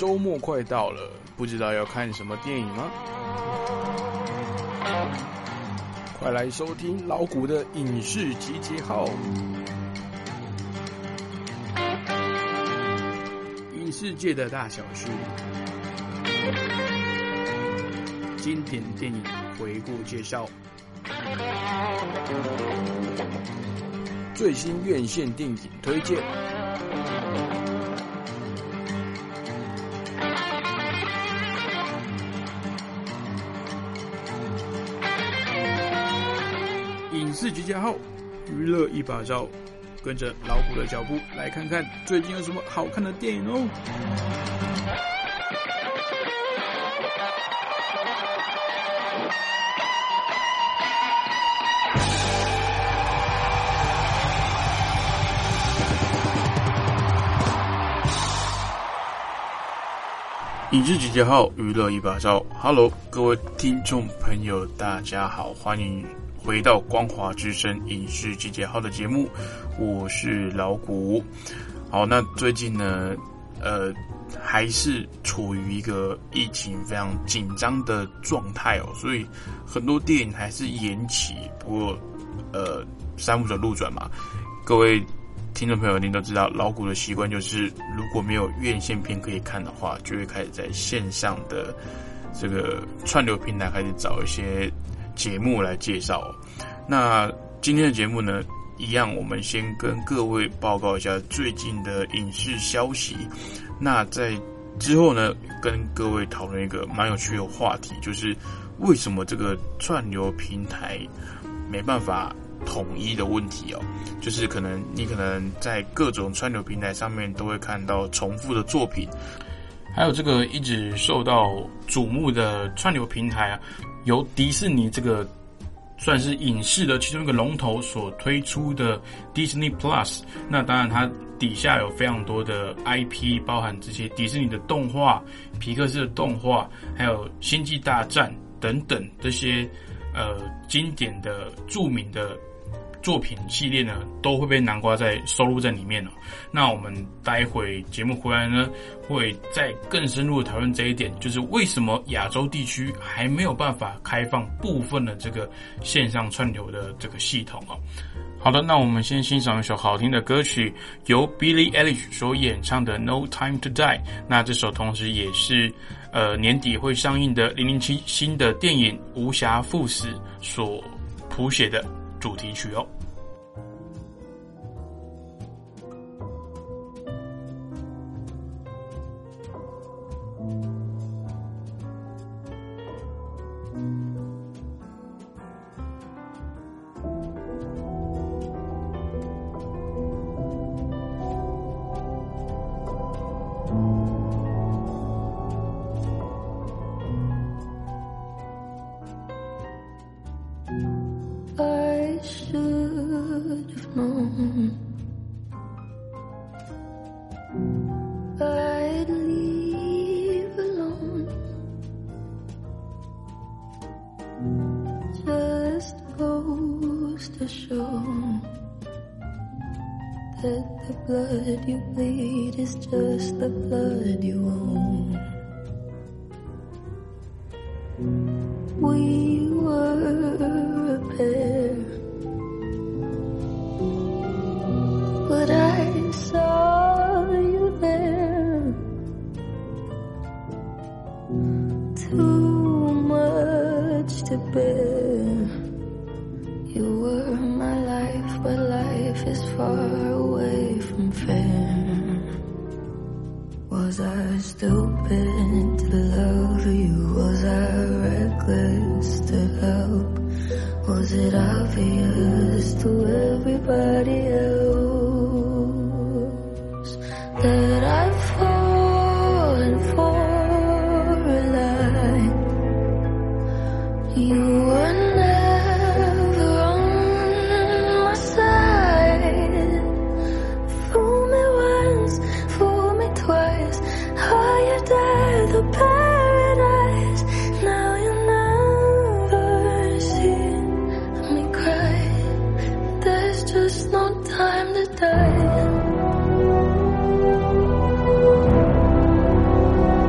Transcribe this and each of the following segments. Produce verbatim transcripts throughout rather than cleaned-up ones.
周末快到了，不知道要看什么电影吗？快来收听老谷的影视集结号，影视界的大小事，经典电影回顾介绍，最新院线电影推荐。影视集结号，娱乐一把照，跟着老谷的脚步来看看最近有什么好看的电影哦。影视集结号，娱乐一把照。Hello， 各位听众朋友，大家好，欢迎回到光华之声影视集结号的节目，我是老谷。好，那最近呢，呃，还是处于一个疫情非常紧张的状态哦，所以很多电影还是延期。不过，呃，山不转路转嘛，各位听众朋友，您都知道，老谷的习惯就是，如果没有院线片可以看的话，就会开始在线上的这个串流平台开始找一些节目来介绍。那今天的节目呢，一样我们先跟各位报告一下最近的影视消息。那在之后呢，跟各位讨论一个蛮有趣的话题，就是为什么这个串流平台没办法统一的问题哦。就是可能你可能在各种串流平台上面都会看到重复的作品。还有这个一直受到瞩目的串流平台啊，由迪士尼这个算是影视的其中一个龙头所推出的 Disney Plus。 那当然它底下有非常多的 I P， 包含这些迪士尼的动画、皮克斯的动画，还有星际大战等等这些呃经典的著名的作品系列呢，都会被南瓜在收录在里面了。那我们待会节目回来呢，会再更深入的讨论这一点，就是为什么亚洲地区还没有办法开放部分的这个线上串流的这个系统哦。好的，那我们先欣赏一首好听的歌曲，由 Billie Eilish 所演唱的 No Time to Die。那这首同时也是呃年底会上映的零零七新的电影《无暇赴死》所谱写的主题曲哦。 I should have known I'd leave alone, just goes to show that the blood you bleed is just the blood you own. We were a pair, but I saw you there. Too much to bear. You were my life, but life is far away from fair. Was I stupid to love you? Was I reckless to help? Was it obvious to everybody else that I've fallen for a lie? You were never on my side. Fool me once, fool me twice. Are you dead the paradise? Now you never see me cry. There's just no time to die.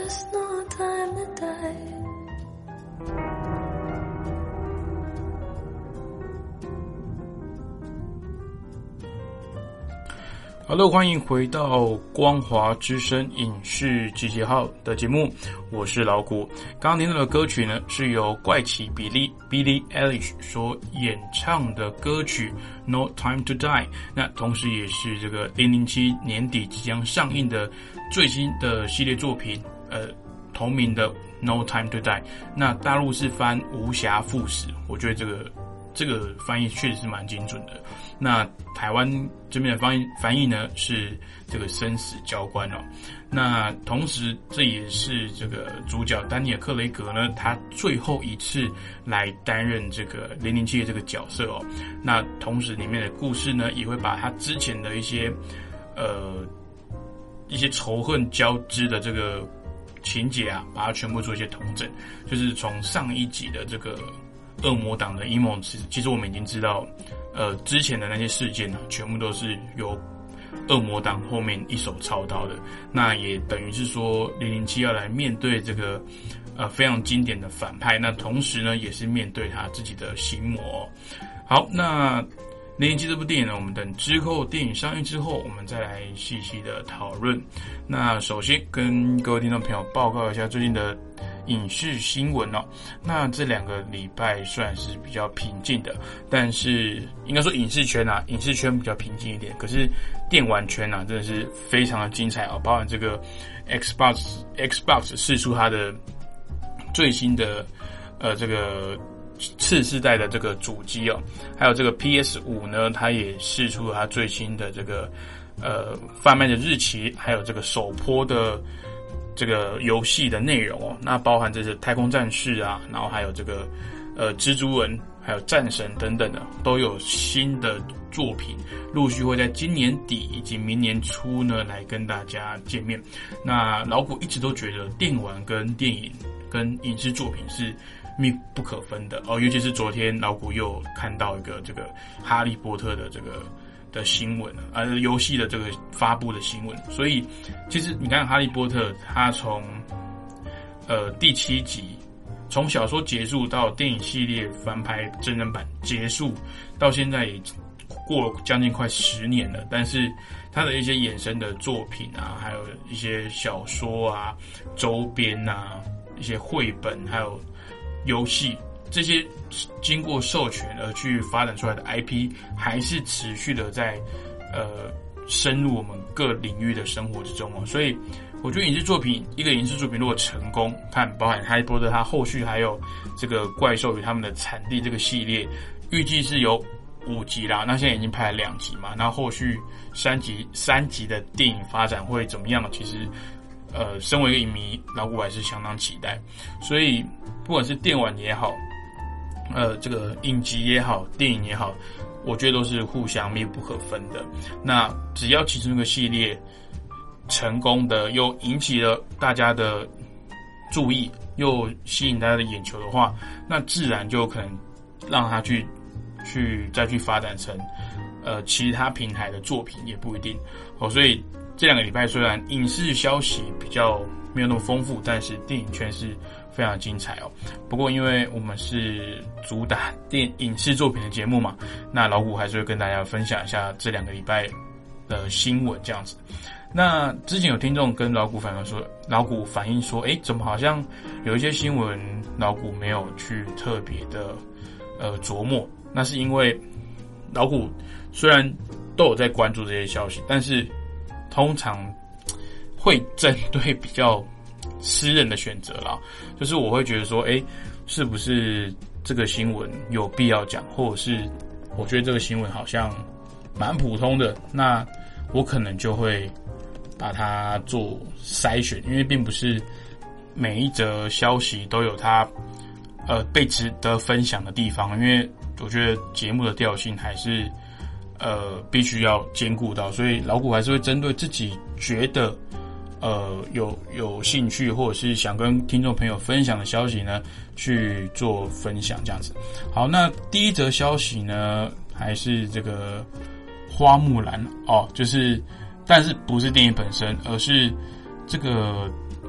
just no time to die. 好的，欢迎回到光华之声影视集结号的节目，我是老谷。刚刚听到的歌曲呢，是由怪奇比利 Billie Eilish 所演唱的歌曲 No Time to Die， 那同时也是这个零零七年底即将上映的最新的系列作品，呃，同名的 No Time to Die。那大陆是翻无暇赴死，我觉得这个这个翻译确实是蛮精准的。那台湾这边的翻译翻译呢是这个生死交关哦。那同时这也是这个主角丹尼尔·克雷格呢，他最后一次来担任这个零零七的这个角色哦。那同时里面的故事呢，也会把他之前的一些呃一些仇恨交织的这个情节啊，把它全部做一些统整，就是从上一集的这个恶魔党的阴谋，其实我们已经知道，呃，之前的那些事件呢、啊，全部都是由恶魔党后面一手操刀的。那也等于是说，零零七要来面对这个呃非常经典的反派，那同时呢，也是面对他自己的心魔、哦。好，那零零七这部电影呢，我们等之后电影上映之后，我们再来细细的讨论。那首先跟各位听众朋友报告一下最近的影视新闻哦。那这两个礼拜算是比较平静的，但是应该说影视圈啊，影视圈比较平静一点。可是电玩圈啊，真的是非常的精彩哦，包含这个 Xbox Xbox 释出它的最新的呃这个次世代的这个主机哦，还有这个 P S 五 呢，它也释出了它最新的这个呃贩卖的日期，还有这个首波的这个游戏的内容哦，那包含这是太空战士啊，然后还有这个呃蜘蛛人，还有战神等等的，都有新的作品陆续会在今年底以及明年初呢来跟大家见面。那老谷一直都觉得电玩跟电影跟影视作品是密不可分的哦，尤其是昨天老谷又看到一个这个哈利波特的这个的新闻，呃，游戏的这个发布的新闻。所以其实你看哈利波特，他从呃第七集从小说结束到电影系列翻拍真人版结束，到现在也过了将近快十年了，但是他的一些衍生的作品啊，还有一些小说啊、周边啊、一些绘本，还有游戏，这些经过授权而去发展出来的 I P， 还是持续的在呃深入我们各领域的生活之中哦。所以我觉得影视作品，一个影视作品如果成功，看包含哈利波特，它后续还有这个怪兽与他们的产地这个系列，预计是有五集啦，那现在已经拍了两集嘛，那后续三集三集的电影发展会怎么样？其实呃，身为一个影迷，老谷还是相当期待。所以不管是电玩也好，呃，这个影集也好，电影也好，我觉得都是互相密不可分的。那只要其中一个系列成功的，又引起了大家的注意，又吸引大家的眼球的话，那自然就可能让他去去再去发展成呃其他平台的作品，也不一定哦。所以这两个礼拜虽然影视消息比较没有那么丰富，但是电影圈是非常精彩哦。不过因为我们是主打电影视作品的节目嘛，那老谷还是会跟大家分享一下这两个礼拜的新闻这样子。那之前有听众跟老谷反映说，老谷反映说，诶，怎么好像有一些新闻老谷没有去特别的呃琢磨？那是因为老谷虽然都有在关注这些消息，但是通常会针对比较私人的选择啦，就是我会觉得说，诶，是不是这个新闻有必要讲，或者是我觉得这个新闻好像蛮普通的，那我可能就会把它做筛选，因为并不是每一则消息都有它呃被值得分享的地方，因为我觉得节目的调性还是呃必须要兼顾到，所以老谷还是会针对自己觉得呃有有兴趣或者是想跟听众朋友分享的消息呢去做分享这样子。好，那第一则消息呢还是这个花木兰哦，就是但是不是电影本身，而是这个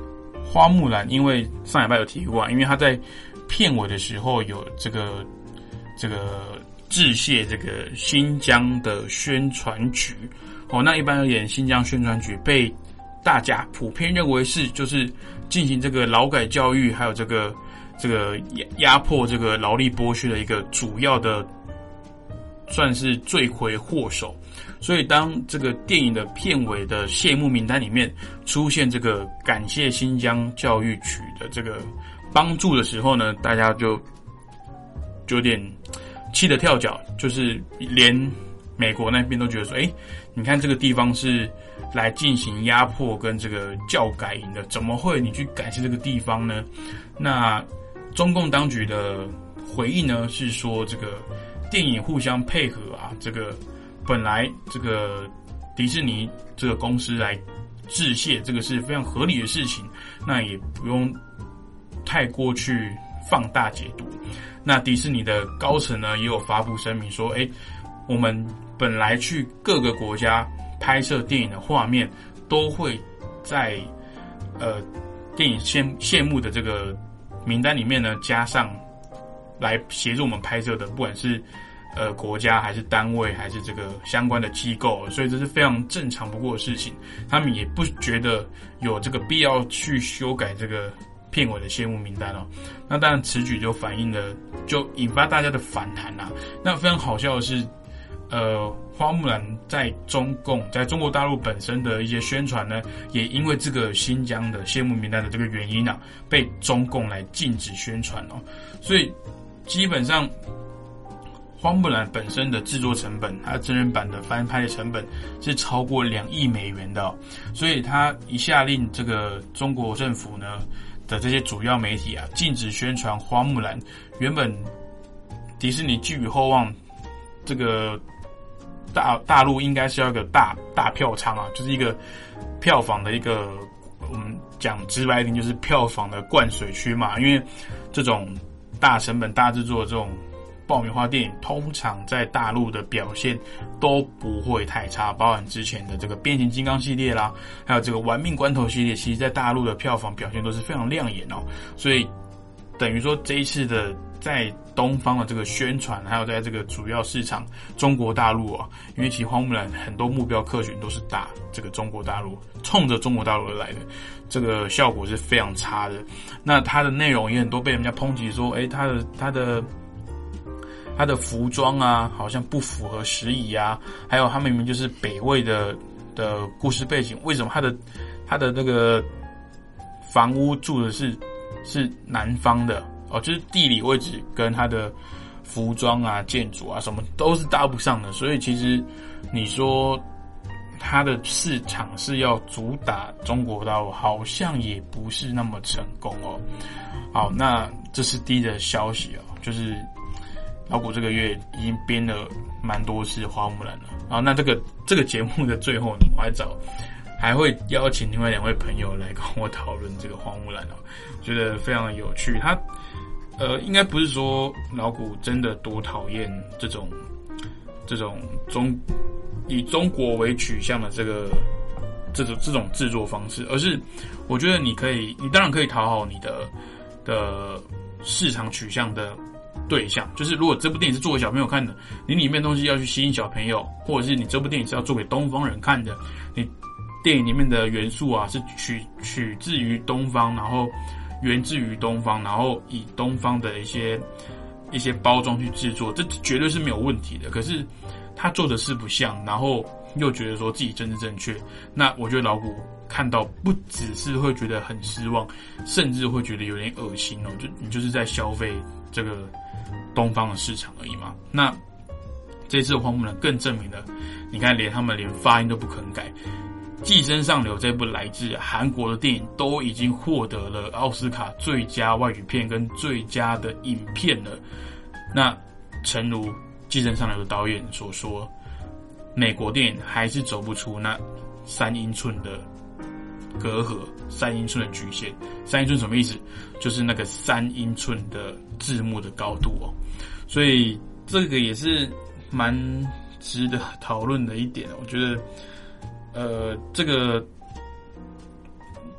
花木兰，因为上礼拜有提过，因为他在片尾的时候有这个这个致谢这个新疆的宣传局哦，那一般而言，新疆宣传局被大家普遍认为是就是进行这个劳改教育，还有这个这个压压迫这个劳力剥削的一个主要的算是罪魁祸首。所以当这个电影的片尾的谢幕名单里面出现这个感谢新疆教育局的这个帮助的时候呢，大家就就有点气得跳脚，就是连美国那边都觉得说，诶，你看这个地方是来进行压迫跟这个教改营的，怎么会你去感谢这个地方呢？那中共当局的回应呢是说，这个电影互相配合啊，这个本来这个迪士尼这个公司来致谢，这个是非常合理的事情，那也不用太过去放大解读。那迪士尼的高层呢也有发布声明说，诶，我们本来去各个国家拍摄电影的画面，都会在呃电影谢谢幕的这个名单里面呢加上来协助我们拍摄的，不管是呃国家还是单位还是这个相关的机构，所以这是非常正常不过的事情。他们也不觉得有这个必要去修改这个片尾的谢幕名单哦。那当然此举就反映了，就引发大家的反弹啦。那非常好笑的是，呃，花木兰在中共在中国大陆本身的一些宣传呢，也因为这个新疆的谢幕名单的这个原因啊，被中共来禁止宣传哦。所以基本上花木兰本身的制作成本，它真人版的翻拍的成本是超过两亿美元的哦，所以他一下令这个中国政府呢的这些主要媒体啊禁止宣传花木兰。原本迪士尼寄予厚望，这个大大陆应该是要一个大大票仓啊，就是一个票房的一个，我们讲直白一点就是票房的灌水区嘛，因为这种大成本大制作的这种爆米花电影通常在大陆的表现都不会太差，包含之前的这个变形金刚系列啦，还有这个玩命关头系列，其实在大陆的票房表现都是非常亮眼哦。所以等于说这一次的在东方的这个宣传，还有在这个主要市场中国大陆啊，因为其实花木兰很多目标客群都是打这个中国大陆，冲着中国大陆而来的，这个效果是非常差的。那它的内容也很多被人家抨击说，诶，它的它的他的服装啊，好像不符合时宜啊，还有他明明就是北魏的的故事背景，为什么他的他的那个房屋住的是是南方的哦，就是地理位置跟他的服装啊、建筑啊什么都是搭不上的，所以其实你说他的市场是要主打中国大陆，好像也不是那么成功哦。好，那这是第一的消息哦，就是老谷这个月已经编了蛮多次花木兰了。然后那这个这个节目的最后呢，我还找还会邀请另外两位朋友来跟我讨论这个花木兰哦，觉得非常的有趣。他呃，应该不是说老谷真的多讨厌这种这种中以中国为取向的这个这种这种制作方式，而是我觉得你可以，你当然可以讨好你的的市场取向的对象，就是如果这部电影是做给小朋友看的，你里面的东西要去吸引小朋友，或者是你这部电影是要做给东方人看的，你电影里面的元素啊是取取自于东方，然后源自于东方，然后以东方的一些一些包装去制作，这绝对是没有问题的。可是他做的事不像，然后又觉得说自己政治正确，那我觉得老谷看到不只是会觉得很失望，甚至会觉得有点恶心哦，就你就是在消费这个东方的市场而已嘛。那这次的花木兰更证明了，你看连他们连发音都不肯改。寄生上流这部来自韩国的电影都已经获得了奥斯卡最佳外语片跟最佳的影片了。那诚如寄生上流的导演所说，美国电影还是走不出那三英寸的隔阂，三英寸的局限。三英寸什么意思？就是那个三英寸的字幕的高度哦。所以这个也是蛮值得讨论的一点。我觉得，呃，这个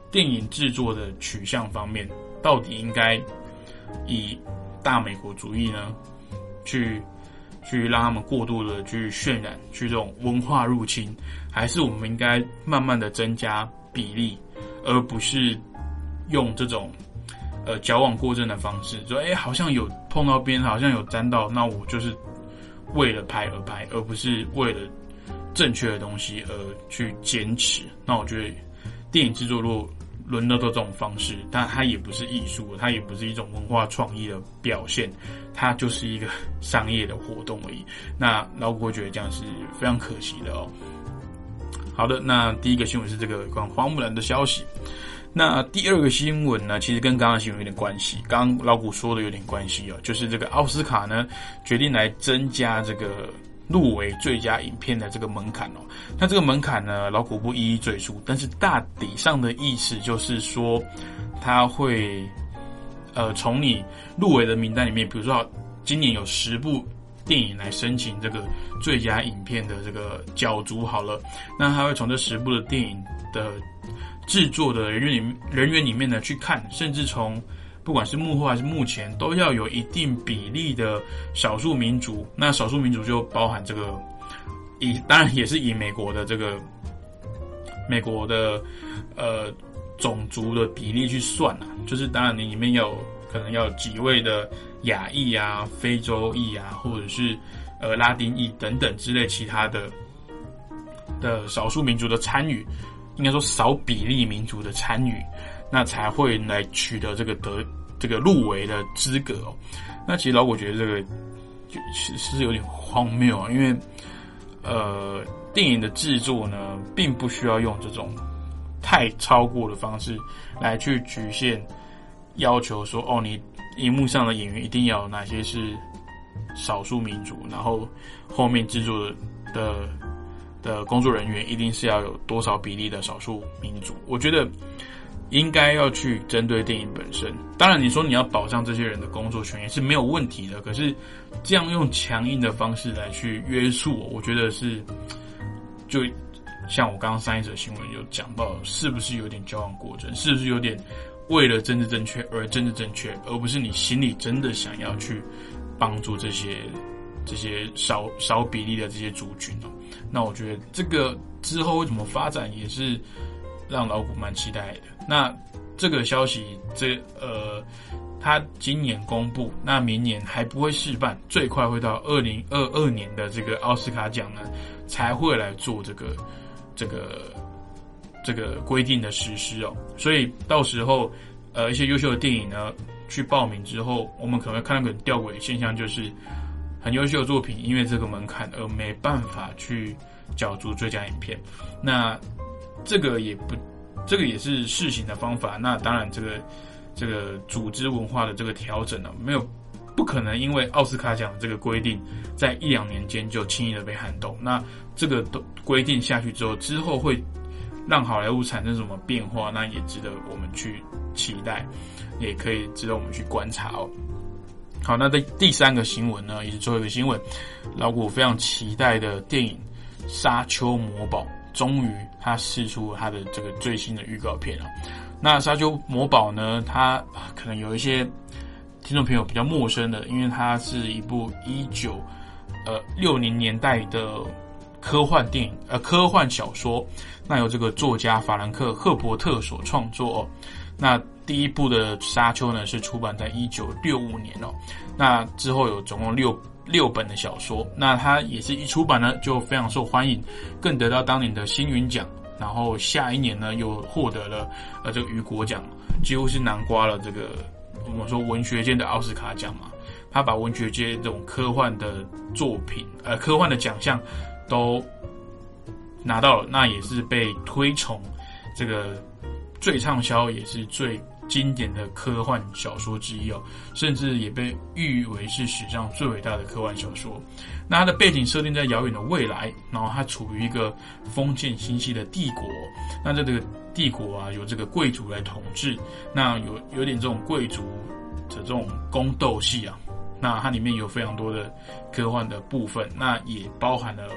电影制作的取向方面，到底应该以大美国主义呢，去去让他们过度的去渲染，去这种文化入侵，还是我们应该慢慢的增加比例，而不是用这种呃矫枉过正的方式，说哎、欸、好像有碰到边，好像有沾到，那我就是为了拍而拍，而不是为了正确的东西而去坚持。那我觉得电影制作如果轮到这种方式，但它也不是艺术，它也不是一种文化创意的表现，它就是一个商业的活动而已。那老谷会觉得这样是非常可惜的哦。好的，那第一个新闻是这个关于花木兰的消息。那第二个新闻呢，其实跟刚刚的新闻有点关系，刚刚老谷说的有点关系哦，就是这个奥斯卡呢决定来增加这个入围最佳影片的这个门槛哦。那这个门槛呢，老谷不一一赘述，但是大体上的意思就是说，他会呃从你入围的名单里面，比如说今年有十部电影来申请这个最佳影片的这个角逐好了，那他会从这十部的电影的制作的人员里人员里面呢去看，甚至从不管是幕后还是幕前，都要有一定比例的少数民族。那少数民族就包含这个，以当然也是以美国的这个美国的呃种族的比例去算啊，就是当然你里面要有可能要有几位的亚裔啊、非洲裔啊，或者是呃拉丁裔等等之类其他的的少数民族的参与，应该说少比例民族的参与。那才会来取得这个得这个入围的资格哦。那其实老谷觉得这个是是有点荒谬啊，因为呃电影的制作呢，并不需要用这种太超过的方式来去局限要求说，哦，你荧幕上的演员一定要有哪些是少数民族，然后后面制作的的工作人员一定是要有多少比例的少数民族。我觉得应该要去针对电影本身，当然你说你要保障这些人的工作权也是没有问题的，可是这样用强硬的方式来去约束我，我觉得是就像我刚刚上一则新闻有讲到，是不是有点矫枉过正，是不是有点为了政治正确而政治正确，而不是你心里真的想要去帮助这些这些少少比例的这些族群哦。那我觉得这个之后会怎么发展也是让老谷蛮期待的。那这个消息，这呃，他今年公布，那明年还不会试办，最快会到二零二二年的这个奥斯卡奖呢，才会来做这个这个这个规定的实施哦。所以到时候，呃，一些优秀的电影呢，去报名之后，我们可能会看到个很吊诡的现象，就是很优秀的作品因为这个门槛而没办法去角逐最佳影片。那这个也不。这个也是试行的方法，那当然这个这个组织文化的这个调整呢，没有不可能因为奥斯卡奖的这个规定在一两年间就轻易的被撼动。那这个规定下去之后，之后会让好莱坞产生什么变化，那也值得我们去期待，也可以值得我们去观察哦。好，那在第三个新闻呢，也是最后一个新闻，老谷非常期待的电影《沙丘魔堡》。终于他释出他的这个最新的预告片了。那《沙丘魔堡》呢，它可能有一些听众朋友比较陌生的，因为它是一部一九呃六零年代的科幻电影呃科幻小说。那由这个作家法兰克·赫伯特所创作哦。那第一部的《沙丘》呢是出版在一九六五年哦。那之后有总共六。六本的小说，那它也是一出版呢就非常受欢迎，更得到当年的星云奖，然后下一年呢又获得了呃这个雨果奖，几乎是囊括了这个我们说文学界的奥斯卡奖嘛。他把文学界这种科幻的作品呃科幻的奖项都拿到了，那也是被推崇这个最畅销也是最经典的科幻小说之一哦，甚至也被誉为是史上最伟大的科幻小说。那它的背景设定在遥远的未来，然后它处于一个封建星系的帝国。那这个帝国啊，由这个贵族来统治，那有有点这种贵族的这种宫斗戏啊。那它里面有非常多的科幻的部分，那也包含了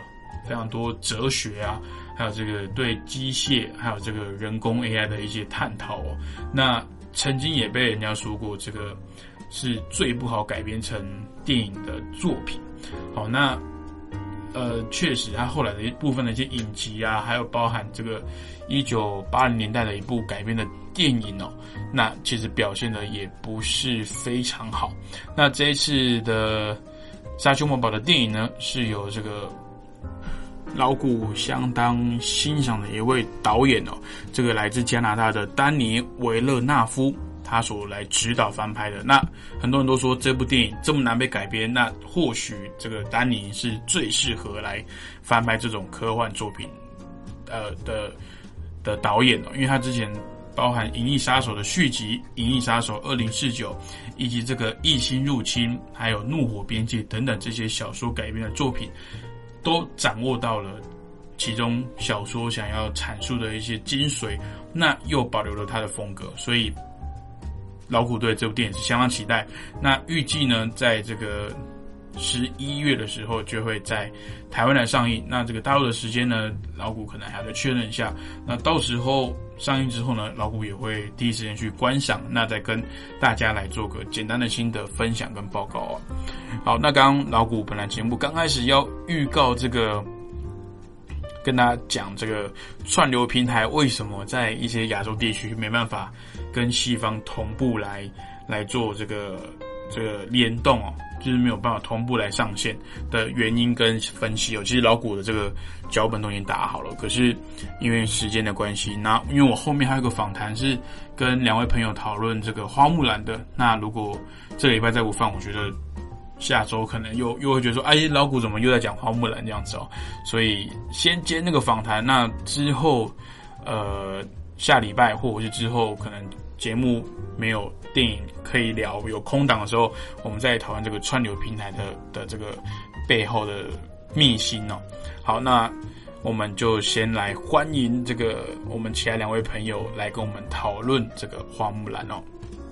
非常多哲学啊，还有这个对机械，还有这个人工 A I 的一些探讨哦。那曾经也被人家说过，这个是最不好改编成电影的作品。好，那呃，确实，他后来的一部分的一些影集啊，还有包含这个一九八零年代的一部改编的电影哦，那其实表现的也不是非常好。那这一次的《沙丘魔堡》的电影呢，是由这个老古相当欣赏的一位导演哦，这个来自加拿大的丹尼·维勒纳夫。他所来指导翻拍的。那很多人都说这部电影这么难被改编，那或许这个丹尼是最适合来翻拍这种科幻作品呃的的导演哦，因为他之前包含《银翼杀手》的续集《银翼杀手二零四九》，以及这个《异星入侵》还有《怒火边界》等等这些小说改编的作品，都掌握到了其中小说想要阐述的一些精髓，那又保留了他的风格，所以老古对这部电影是相当期待。那预计呢，在这个十一月的时候就会在台湾来上映。那这个大陆的时间呢，老古可能还要再确认一下。那到时候上映之后呢，老古也会第一时间去观赏，那再跟大家来做个简单的心得分享跟报告啊。好，那刚刚老古本来节目刚开始要预告这个，跟大家讲这个串流平台为什么在一些亚洲地区没办法跟西方同步来来做这个这个联动哦，就是没有办法同步来上线的原因跟分析哦。其实老古的这个脚本都已经打好了，可是因为时间的关系，那因为我后面还有个访谈是跟两位朋友讨论这个花木兰的，那如果这个礼拜再不放，我觉得下周可能又又会觉得说，哎，老古怎么又在讲花木兰这样子哦？所以先接那个访谈，那之后呃下礼拜或者是之后可能节目没有电影可以聊，有空档的时候，我们再讨论这个串流平台的的这个背后的秘辛哦。好，那我们就先来欢迎这个我们其他两位朋友来跟我们讨论这个花木兰哦。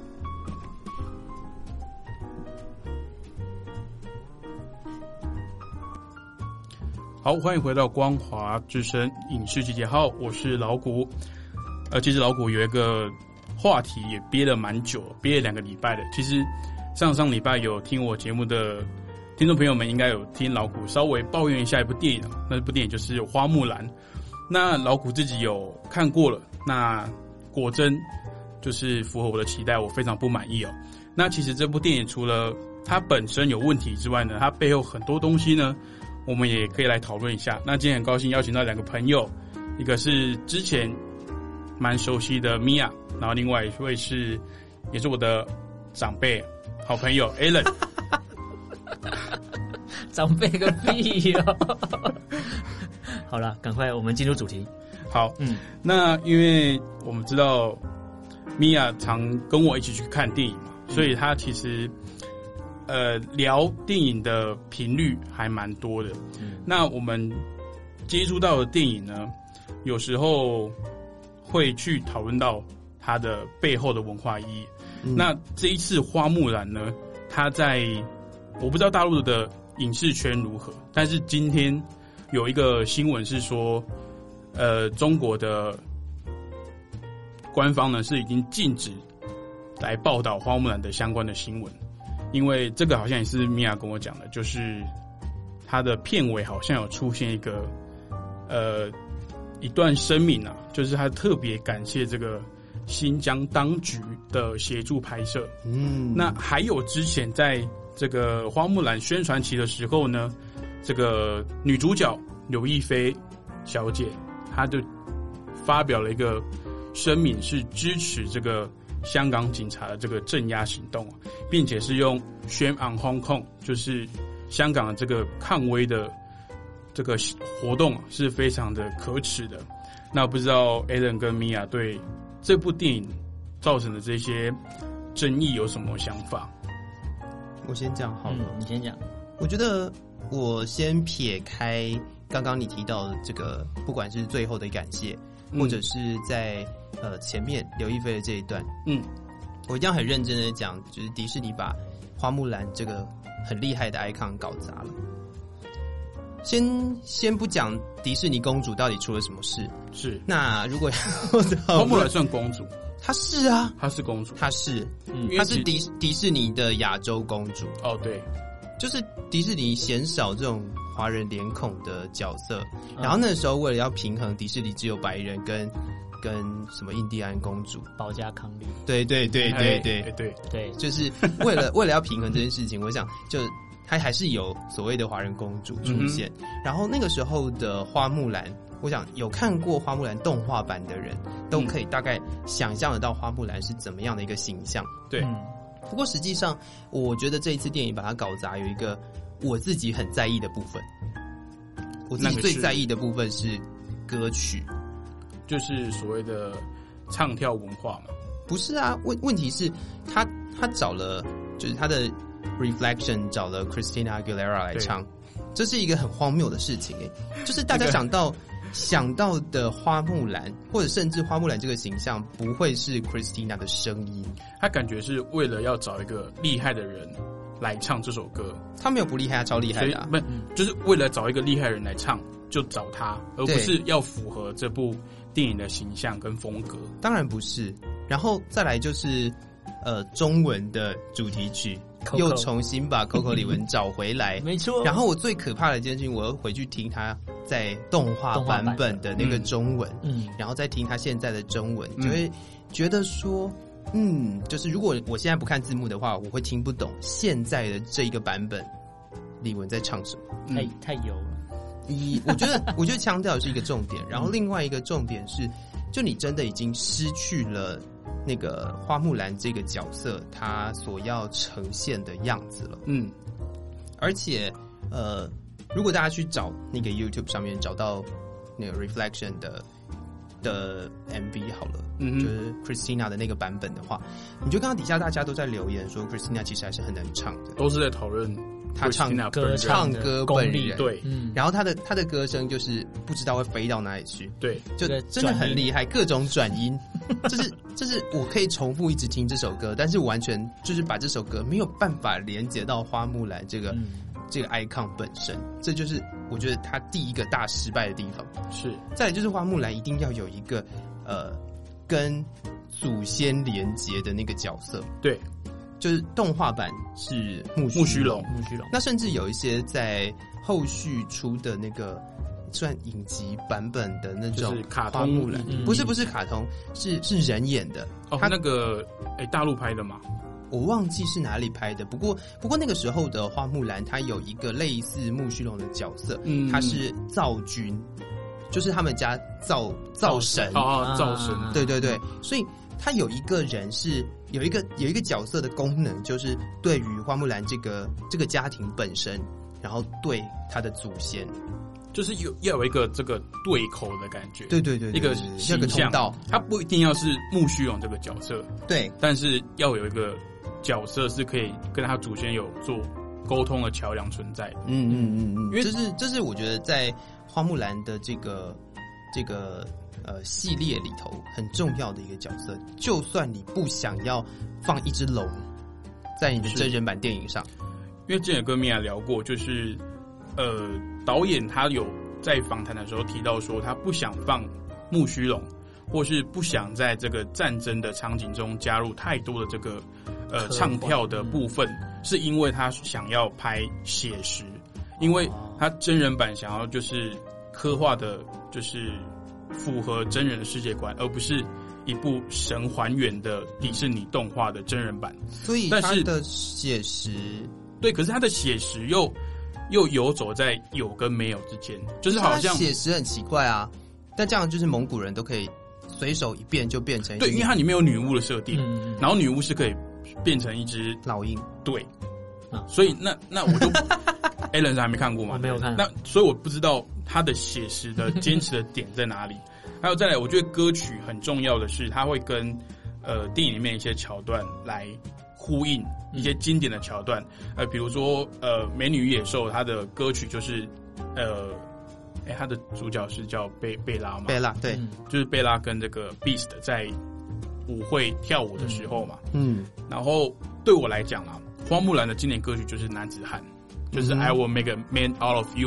好，欢迎回到光华之声影视集结号，我是老古。呃，其实老古有一个话题也憋了蛮久，憋了两个礼拜的。其实上上礼拜有听我节目的听众朋友们，应该有听老古稍微抱怨一下一部电影，那部电影就是《花木兰》。那老古自己有看过了，那果真就是符合我的期待，我非常不满意哦。那其实这部电影除了它本身有问题之外呢，它背后很多东西呢，我们也可以来讨论一下。那今天很高兴邀请到两个朋友，一个是之前蛮熟悉的 Mia， 然后另外一位是也是我的长辈好朋友 Alan。 长辈个屁哦！好了，赶快我们进入主题。 好，嗯，那因为我们知道 Mia 常跟我一起去看电影嘛，所以她其实呃聊电影的频率还蛮多的。嗯，那我们接触到的电影呢，有时候会去讨论到它的背后的文化意义。嗯，那这一次花木兰呢，它在我不知道大陆的影视圈如何，但是今天有一个新闻是说，呃，中国的官方呢是已经禁止来报道花木兰的相关的新闻，因为这个好像也是米娅跟我讲的，就是它的片尾好像有出现一个呃一段声明啊，就是他特别感谢这个新疆当局的协助拍摄。嗯，那还有之前在这个花木兰宣传期的时候呢，这个女主角刘亦菲小姐，她就发表了一个声明，是支持这个香港警察的这个镇压行动，并且是用 Shame on Hong Kong， 就是香港的这个抗威的这个活动是非常的可耻的。那不知道 Alan 跟 Mia 对这部电影造成的这些争议有什么想法？ 我先讲好了， 嗯，你先讲。 我觉得我先撇开刚刚你提到的这个，不管是最后的感谢，嗯，或者是在呃前面刘亦菲的这一段，嗯，我一定要很认真的讲，就是迪士尼把花木兰这个很厉害的 icon 搞砸了。 先先不讲迪士尼公主到底出了什么事， 是那如果花木兰算公主， 她是啊， 她是公主， 她是， 嗯， 她是迪迪士尼的亚洲公主。 哦，对， 就是迪士尼鲜少这种华人脸孔的角色，嗯、然后那时候为了要平衡迪士尼只有白人跟跟什么印第安公主， 保加康利， 对对对对对对对对，就是为了为了要平衡这件事情，我想就。它还是有所谓的华人公主出现，嗯、然后那个时候的花木兰，我想有看过花木兰动画版的人，都可以大概想象得到花木兰是怎么样的一个形象。 对，嗯、 不过实际上，我觉得这一次电影把它搞砸，有一个我自己很在意的部分。我自己最在意的部分是歌曲， 就是所谓的唱跳文化嘛。 不是啊，问问题是他他找了，就是他的。Reflection 找了 Christina Aguilera 来唱，这是一个很荒谬的事情诶、欸，就是大家想到、那个、想到的花木兰，或者甚至花木兰这个形象不会是 Christina 的声音， 他感觉是为了要找一个厉害的人来唱这首歌， 他没有不厉害，他超厉害的、啊， 不就是为了找一个厉害的人来唱就找他，而不是要符合这部电影的形象跟风格。 当然不是，然后再来就是呃中文的主题曲。Coco 又重新把 Coco 李玟找回来， 没错。 然后我最可怕的一件事情，我又回去听他在动画版本的那个中文，嗯，然后再听他现在的中文，嗯、就会觉得说，嗯，就是如果我现在不看字幕的话，我会听不懂现在的这一个版本李玟在唱什么， 太、嗯、太油了。 一，我觉得，我觉得腔调是一个重点，然后另外一个重点是，就你真的已经失去了。那个花木兰这个角色，她所要呈现的样子了。嗯，而且呃，如果大家去找那个 YouTube 上面找到那个 Reflection 的的 M V 好了，嗯，就是 Christina 的那个版本的话，你就看到底下大家都在留言说 Christina 其实还是很能唱的， 都是在讨论她唱歌唱歌本人， 对， 嗯，然后她的她的歌声就是不知道会飞到哪里去， 对， 就真的很厉害，各种转音。就是就是我可以重复一直听这首歌，但是完全就是把这首歌没有办法连接到花木兰这个、嗯、这个 icon 本身，这就是我觉得他第一个大失败的地方。 是， 再来就是花木兰一定要有一个呃跟祖先连结的那个角色。 对， 就是动画版是木木须龙， 木须龙。 那甚至有一些在后续出的那个。算影集版本的那种花木兰， 嗯、 不是不是卡通，是是人演的。 哦，他那个诶、欸，大陆拍的嘛， 我忘记是哪里拍的。不过不过那个时候的花木兰，她有一个类似木须龙的角色，嗯，她是灶君，就是他们家灶灶神啊，灶神， 对对对，所以他有一个人是有一个有一个角色的功能，就是对于花木兰这个这个家庭本身，然后对他的祖先。 就是有要有一个这个对口的感觉， 对对 对, 对， 一个形象，它不一定要是木须龙这个角色， 对， 但是要有一个角色是可以跟他祖先有做沟通的桥梁存在。 嗯嗯嗯嗯，因为这是这是我觉得在花木兰的这个这个呃系列里头很重要的一个角色。就算你不想要放一只龙在你的真人版电影上， 因为之前有跟米娅聊过，就是呃。导演他有在访谈的时候提到说，他不想放木须龙，或是不想在这个战争的场景中加入太多的这个呃唱跳的部分，是因为他想要拍写实，因为他真人版想要就是刻画的，就是符合真人的世界观，而不是一部神还原的迪士尼动画的真人版。 所以他的写实， 对，可是他的写实又。又游走在有跟没有之间，就是好像写实很奇怪啊。但这样就是蒙古人都可以随手一变就变成一对，因为它里面有女巫的设定，嗯、然后女巫是可以变成一只老鹰， 对，啊、所以那那我就 Alan 还没看过吗？ 我没有看， 那所以我不知道他的写实的坚持的点在哪里。还有再来，我觉得歌曲很重要的是，它会跟呃电影里面一些桥段来。呼应一些经典的桥段，呃，比如说呃，《美女与野兽》它的歌曲就是呃，哎、欸，它的主角是叫贝贝拉嘛？ 贝拉对、 嗯，就是贝拉跟这个 Beast 在舞会跳舞的时候嘛。嗯，然后对我来讲啊，花木兰的经典歌曲就是《男子汉》，就是 I will make a man out of you。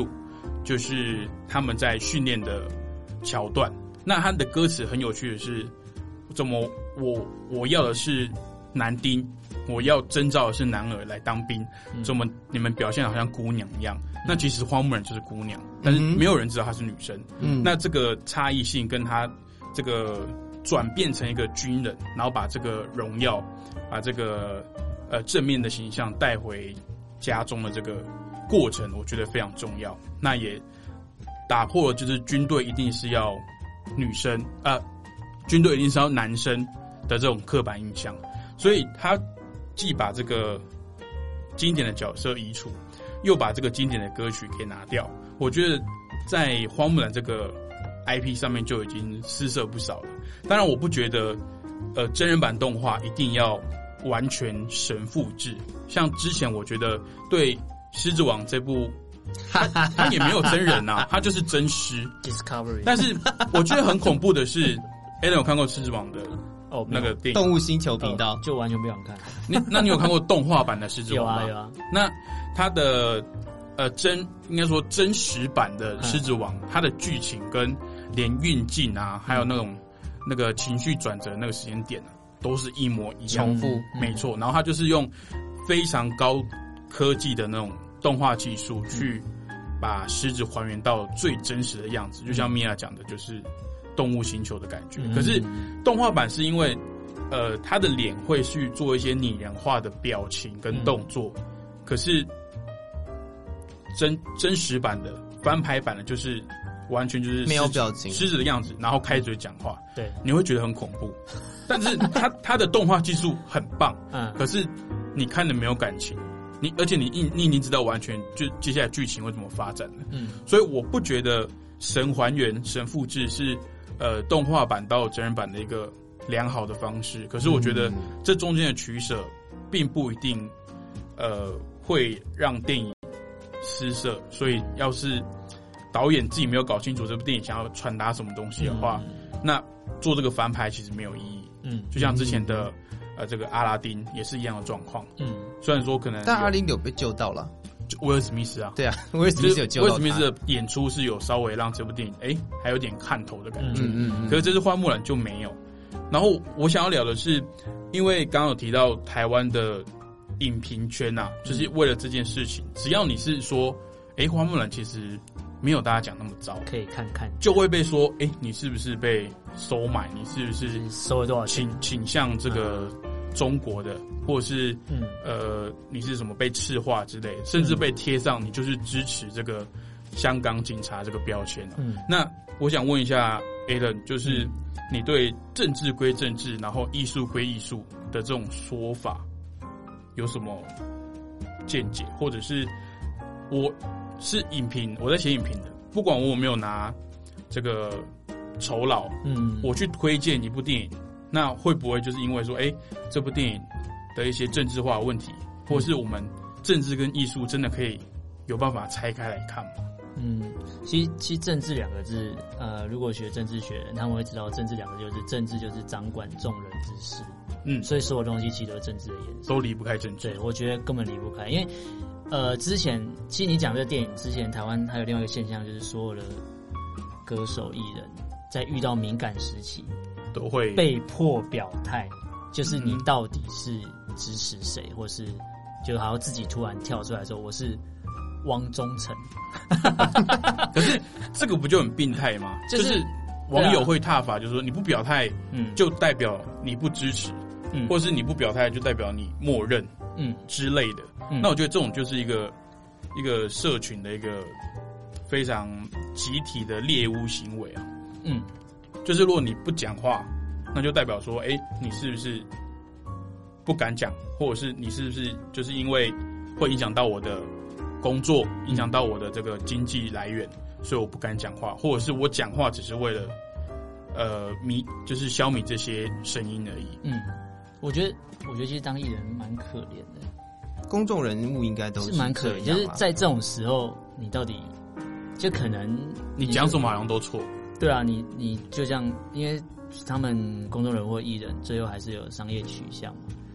就是他们在训练的桥段。那他的歌词很有趣的是，怎么我我要的是男丁，我要征召的是男儿来当兵， 嗯、 怎么你们表现得好像姑娘一样？嗯、那其实花木兰就是姑娘，但是没有人知道她是女生。嗯，那这个差异性跟她这个转变成一个军人，然后把这个荣耀，把这个呃正面的形象带回家中的这个过程，我觉得非常重要。那也打破了就是军队一定是要女生啊、呃，军队一定是要男生的这种刻板印象，所以他既把这个经典的角色移除，又把这个经典的歌曲给拿掉。我觉得在花木兰这个 I P 上面就已经失色不少了。当然，我不觉得呃真人版动画一定要完全神复制，像之前我觉得对《狮子王》这部。他, 他也没有真人啊，他就是真狮 Discovery。 但是我觉得很恐怖的是 ，Alan 有看过《狮子王》的哦那个电影， 动物星球频道、 哦、就完全不想看。 你那你有看过动画版的《狮子王》吗？ 有啊有啊。 那他的呃真应该说真实版的《狮子王》，它的剧情跟连运镜啊，还有那种那个情绪转折那个时间点啊，都是一模一样， 重复， 没错。然后他就是用非常高科技的那种动画技术去把狮子还原到最真实的样子，就像米娅讲的，就是动物星球的感觉。可是动画版是因为，呃，他的脸会去做一些拟人化的表情跟动作，可是真真实版的翻拍版的，就是完全就是没有表情， 狮子的样子，然后开嘴讲话， 对， 你会觉得很恐怖。但是他他的动画技术很棒， 嗯， 可是你看的没有感情。你而且你你已经知道完全就接下来剧情会怎么发展了，嗯，所以我不觉得神还原、神复制是呃动画版到真人版的一个良好的方式。可是我觉得这中间的取舍并不一定呃会让电影失色，所以要是导演自己没有搞清楚这部电影想要传达什么东西的话，嗯、那做这个翻拍其实没有意义。嗯，就像之前的。呃，这个阿拉丁也是一样的状况。嗯，虽然说可能， 但阿拉丁有被救到了， 就威尔史密斯啊， 对啊，威尔史密斯有救到他。 威尔史密斯的演出是有稍微让这部电影哎、欸、还有点看头的感觉。 嗯嗯嗯。 可是这次花木兰就没有。然后我想要聊的是，因为刚刚有提到台湾的影评圈啊，就是为了这件事情，只要你是说，哎、欸，花木兰其实没有大家讲那么糟， 可以看看， 就会被说，哎、欸，你是不是被收买？你是不是收了多少钱？ 倾倾向这个中国的，或者是嗯呃，你是什么被赤化之类的，甚至被贴上你就是支持这个香港警察这个标签啊。嗯，那我想问一下 Alan， 就是你对政治归政治，然后艺术归艺术的这种说法有什么见解，或者是我是影评，我在写影评的，不管我有没有拿这个酬劳，嗯，我去推荐一部电影，那会不会就是因为说，哎、欸，这部电影的一些政治化的问题，或是我们政治跟艺术真的可以有办法拆开来看吗？ 嗯，其实其实政治两个字，呃，如果学政治学人，他们会知道政治两个字就是政治就是掌管众人之事，嗯，所以所有东西其实都是政治的延伸， 都离不开政治。 对，我觉得根本离不开，因为呃，之前其实你讲这个电影之前，台湾还有另外一个现象，就是所有的歌手艺人在遇到敏感时期都会被迫表态，就是你到底是支持谁，或是就好像自己突然跳出来说我是汪忠诚。 可是这个不就很病态吗？就是、就是网友会挞伐，就是说你不表态，嗯，就代表你不支持，嗯，或是你不表态就代表你默认，嗯之类的。嗯、那我觉得这种就是一个一个社群的一个非常集体的猎巫行为啊。嗯，就是如果你不讲话，那就代表说，哎、欸，你是不是不敢讲，或者是你是不是就是因为会影响到我的工作，影响到我的这个经济来源，所以我不敢讲话，或者是我讲话只是为了呃弥，就是消弭这些声音而已。 嗯，我觉得，我觉得其实当艺人蛮可怜的。 公众人物应该都是蛮可怜，就是在这种时候，你到底就可能你讲什么好像都错。 对啊，你你就这样，因为他们公众人物或艺人，最后还是有商业取向嘛。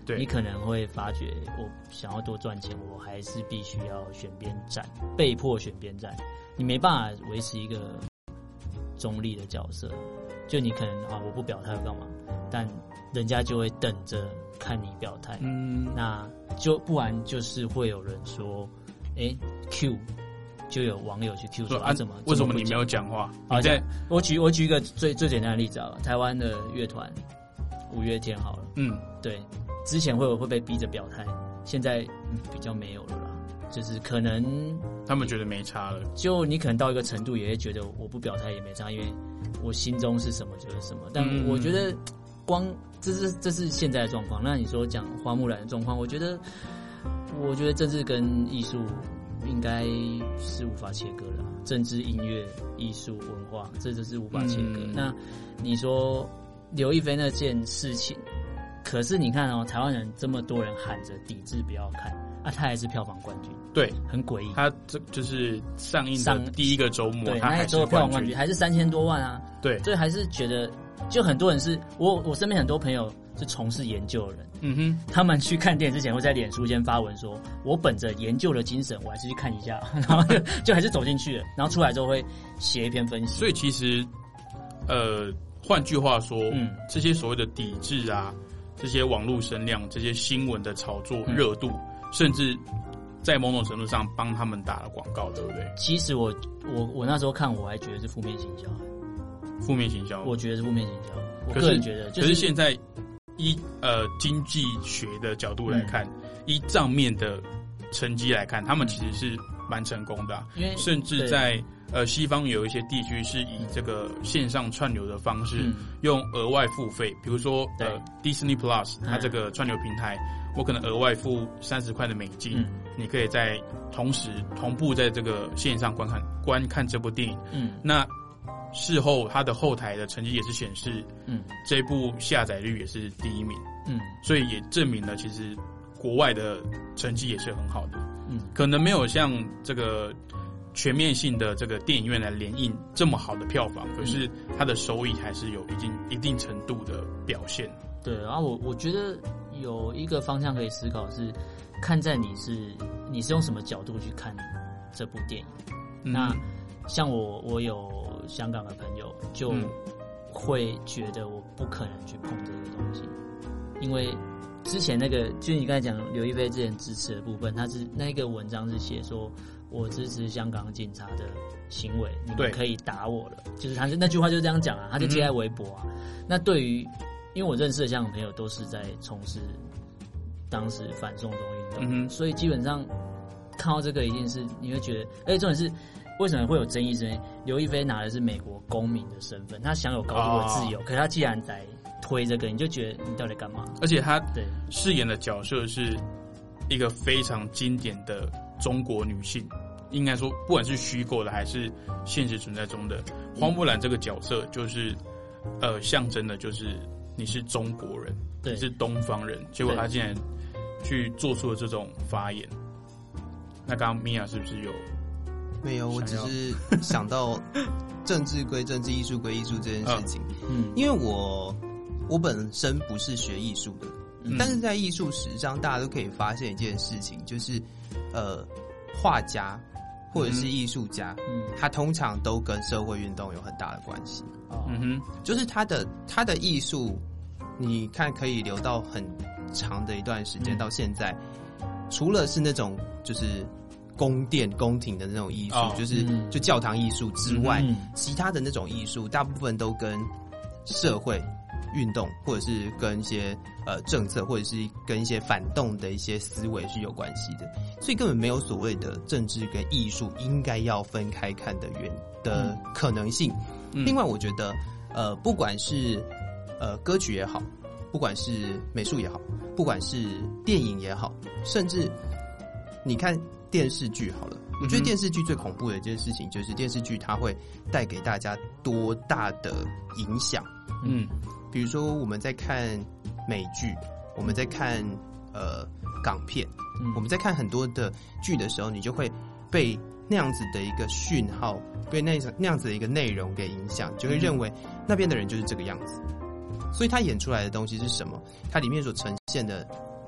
对， 你可能会发觉，我想要多赚钱，我还是必须要选边站，被迫选边站，你没办法维持一个中立的角色。就你可能啊，我不表态干嘛？但人家就会等着看你表态。嗯，那就不然就是会有人说，哎、欸、，Q， 就有网友去 Q 说啊，怎么为什么你没有讲话？ 好，在我举我举一个最最简单的例子啊，台湾的乐团五月天好了，嗯，对，之前会有会被逼着表态，现在、嗯、比较没有了啦。就是可能他们觉得没差了， 就你可能到一个程度也会觉得我不表态也没差，因为我心中是什么就是什么。但我觉得光这是这是现在的状况。那你说讲花木兰的状况，我觉得我觉得政治跟艺术应该是无法切割的，政治、音乐、艺术、文化，这就是无法切割。嗯、那你说刘亦菲那件事情，可是你看哦，台湾人这么多人喊着抵制不要看。啊，他还是票房冠军， 对， 很诡异。 他这就是上映的第一个周末， 对， 他还是票房冠军，还是三千多万啊。 对， 所以还是觉得，就很多人是我我身边很多朋友是从事研究的人，嗯哼，他们去看电影之前会在脸书先发文说，我本着研究的精神，我还是去看一下，然后就就还是走进去了，然后出来之后会写一篇分析。 所以其实，呃，换句话说，嗯，这些所谓的抵制啊，这些网络声量，这些新闻的炒作热度。嗯，甚至在某种程度上帮他们打了广告，对不对？ 其实我我我那时候看，我还觉得是负面行销， 负面行销， 我觉得是负面行销。我个人觉得、就是， 可是现在依呃经济学的角度来看，嗯、依账面的成绩来看，他们其实是蛮成功的、啊，因为甚至在呃西方有一些地区是以这个线上串流的方式，嗯、用额外付费，比如说呃 Disney Plus， 它这个串流平台。我可能额外付三十块的美金、嗯，你可以在同时同步在这个线上观看观看这部电影。嗯，那事后它的后台的成绩也是显示，嗯，这部下载率也是第一名。嗯，所以也证明了其实国外的成绩也是很好的。嗯，可能没有像这个全面性的这个电影院来联映这么好的票房，可是它的收益还是有一定一定程度的表现。 对，然后我我觉得有一个方向可以思考是，看在你是你是用什么角度去看这部电影。嗯、那像我我有香港的朋友就会觉得我不可能去碰这个东西，因为之前那个就是你刚才讲刘亦菲之前支持的部分，他是那个文章是写说我支持香港警察的行为，你们可以打我了，就是他那句话就这样讲啊，他就贴在微博啊。嗯、那对于因为我认识的香港朋友都是在从事当时反送中运动、嗯，所以基本上看到这个一定是你会觉得，而且重点是为什么会有争议？是因为刘亦菲拿的是美国公民的身份，她享有高度的自由，哦、可是她既然在推这个，你就觉得你到底干嘛？ 而且她饰演的角色是一个非常经典的中国女性，应该说不管是虚构的还是现实存在中的，花木兰这个角色就是呃象征的就是你是中国人，你是东方人，结果她竟然去做出了这种发言。那刚刚米娅是不是有？ 没有，我只是想到政治归政治，艺术归艺术这件事情。嗯，因为我我本身不是学艺术的，嗯、但是在艺术史上，大家都可以发现一件事情，就是呃，画家或者是艺术家，嗯，他通常都跟社会运动有很大的关系。嗯哼，就是他的他的艺术，你看可以留到很长的一段时间，嗯、到现在，除了是那种就是宫殿宫廷的那种艺术，哦、就是就教堂艺术之外，嗯，其他的那种艺术大部分都跟社会运动或者是跟一些呃政策或者是跟一些反动的一些思维是有关系的，所以根本没有所谓的政治跟艺术应该要分开看的原的可能性。嗯、另外，我觉得呃不管是呃歌曲也好，不管是美术也好，不管是电影也好，甚至你看电视剧好了，我觉得电视剧最恐怖的一件事情就是电视剧它会带给大家多大的影响。嗯，比如说我们在看美剧，我们在看呃港片，嗯，我们在看很多的剧的时候，你就会被那样子的一个讯号，被那那样子的一个内容给影响，就会认为那边的人就是这个样子。所以他演出来的东西是什么？它里面所呈现的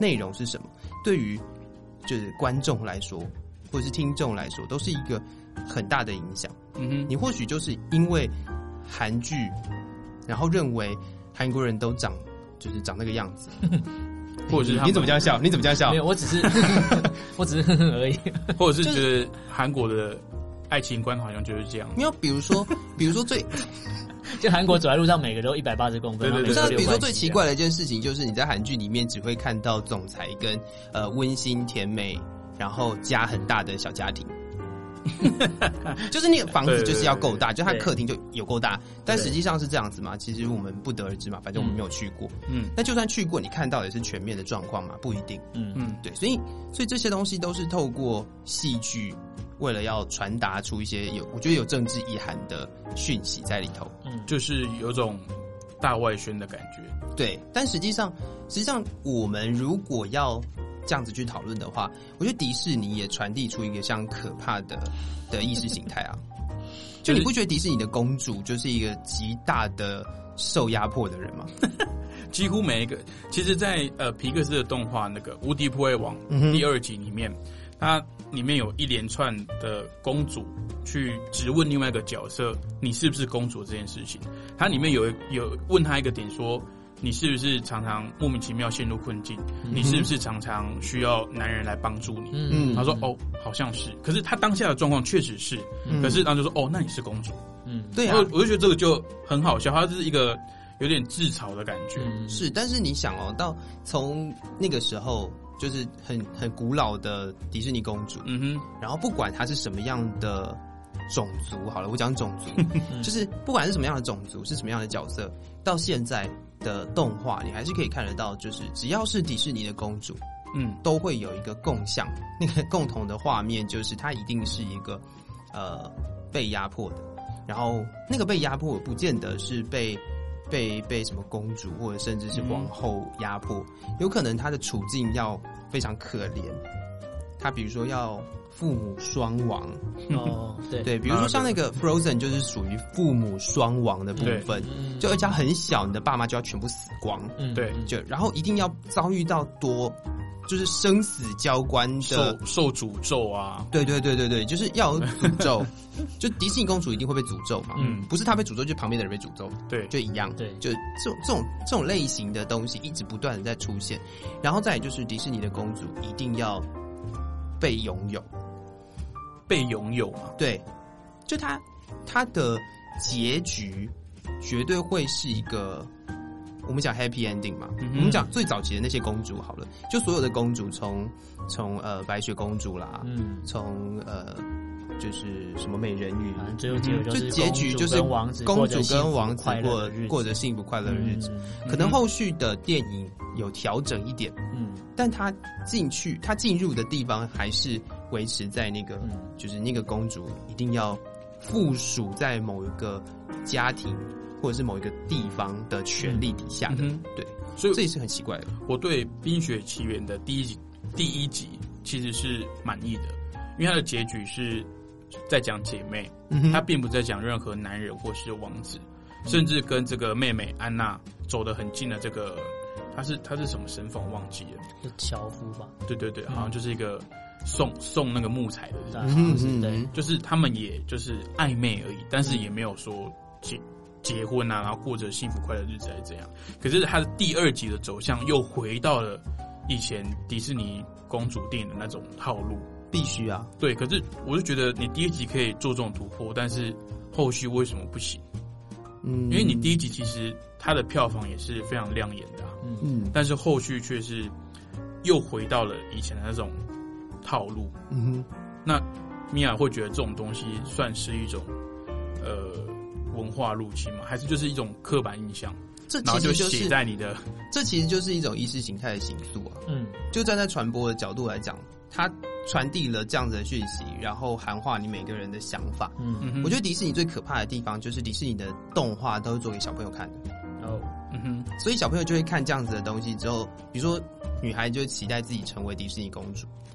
内容是什么，对于就是观众来说，或者是听众来说，都是一个很大的影响。嗯哼，你或许就是因为韩剧，然后认为韩国人都长就是长那个样子， 或者是他你怎么这样笑？你怎么这样笑？ 没有，我只是我只是呵呵而已， 或者是觉得韩国的爱情观好像就是这样。 没有，比如说，比如说最。 就韩国走在路上，每个都一百八十公分。 对对对。比如说最奇怪的一件事情，就是你在韩剧里面只会看到总裁跟呃温馨甜美，然后家很大的小家庭。就是那个房子就是要够大，就他客厅就有够大，但实际上是这样子嘛？其实我们不得而知嘛，反正我们没有去过。嗯，那就算去过，你看到也是全面的状况嘛，不一定。嗯嗯，对，所以所以这些东西都是透过戏剧，为了要传达出一些有我觉得有政治意涵的讯息在里头。 嗯，就是有种大外宣的感觉。 对，但实际上实际上我们如果要这样子去讨论的话，我觉得迪士尼也传递出一个像可怕的的意识形态啊。就你不觉得迪士尼的公主就是一个极大的受压迫的人吗？ 几乎每一个，其实在，在呃皮克斯的动画那个《无敌破坏王》第二集里面，嗯、它里面有一连串的公主去质问另外一个角色你是不是公主这件事情。它里面有有问他一个点说，你是不是常常莫名其妙陷入困境？嗯、你是不是常常需要男人来帮助你？嗯，他说哦，好像是。可是他当下的状况确实是，嗯、可是然后就说哦，那你是公主。嗯， 对啊， 我我就觉得这个就很好笑，它就是一个有点自嘲的感觉。 嗯、是，但是你想哦，到从那个时候就是很很古老的迪士尼公主，嗯哼，然后不管她是什么样的种族，好了，我讲种族，就是不管是什么样的种族，是什么样的角色，到现在的动画，你还是可以看得到，就是只要是迪士尼的公主，嗯，都会有一个共享，那个共同的画面，就是她一定是一个呃被压迫的，然后那个被压迫不见得是被被被什么公主或者甚至是皇后压迫，嗯、有可能她的处境要非常可怜，她比如说要父母双亡， 哦，对对，比如说像那个 Frozen 就是属于父母双亡的部分，就而且很小，你的爸妈就要全部死光， 嗯，对， 就然后一定要遭遇到多就是生死交关的受受诅咒啊， 对对对对对，就是要有诅咒，就迪士尼公主一定会被诅咒嘛，嗯，不是她被诅咒，就是旁边的人被诅咒， 对， 就一样， 对， 就这种这种这种类型的东西一直不断的在出现，然后再来就是迪士尼的公主一定要被拥有。 被拥有嘛？ 对，就他他的结局绝对会是一个，我们讲 happy ending 嘛。嗯、我们讲最早期的那些公主好了，就所有的公主从从呃白雪公主啦，嗯，从呃就是什么美人鱼， 啊、最后结局就是就结局就是王子公主跟王子过过着幸福快乐的日子。嗯、可能后续的电影有调整一点，嗯，但他进去他进入的地方还是维持在那个，嗯、就是那个公主一定要附属在某一个家庭或者是某一个地方的权利底下的，嗯、对，所以这也是很奇怪的。 我对《冰雪奇缘》的第一集第一集其实是满意的，因为它的结局是在讲姐妹，嗯、它并不在讲任何男人或是王子，嗯、甚至跟这个妹妹安娜走得很近的这个，她是她是什么身份我忘记了， 是樵夫吧？ 对对对，好像就是一个送送那个木材的人， 嗯嗯对， 就是他们也就是暧昧而已，但是也没有说结结婚啊，然后过着幸福快乐日子还是怎样。可是他的第二集的走向又回到了以前迪士尼公主电影的那种套路， 必须啊， 对。可是我就觉得你第一集可以做这种突破，但是后续为什么不行？嗯，因为你第一集其实它的票房也是非常亮眼的，啊，嗯，但是后续却是又回到了以前的那种套路，嗯哼，那米娅会觉得这种东西算是一种呃文化入侵吗？还是就是一种刻板印象？ 这其实就是写在你的， 这其实就是一种意识形态的形塑啊。嗯，就站在传播的角度来讲，它传递了这样子的讯息，然后含化你每个人的想法。嗯，我觉得迪士尼最可怕的地方就是迪士尼的动画都是做给小朋友看的。哦，嗯哼，所以小朋友就会看这样子的东西之后，比如说女孩就期待自己成为迪士尼公主。对，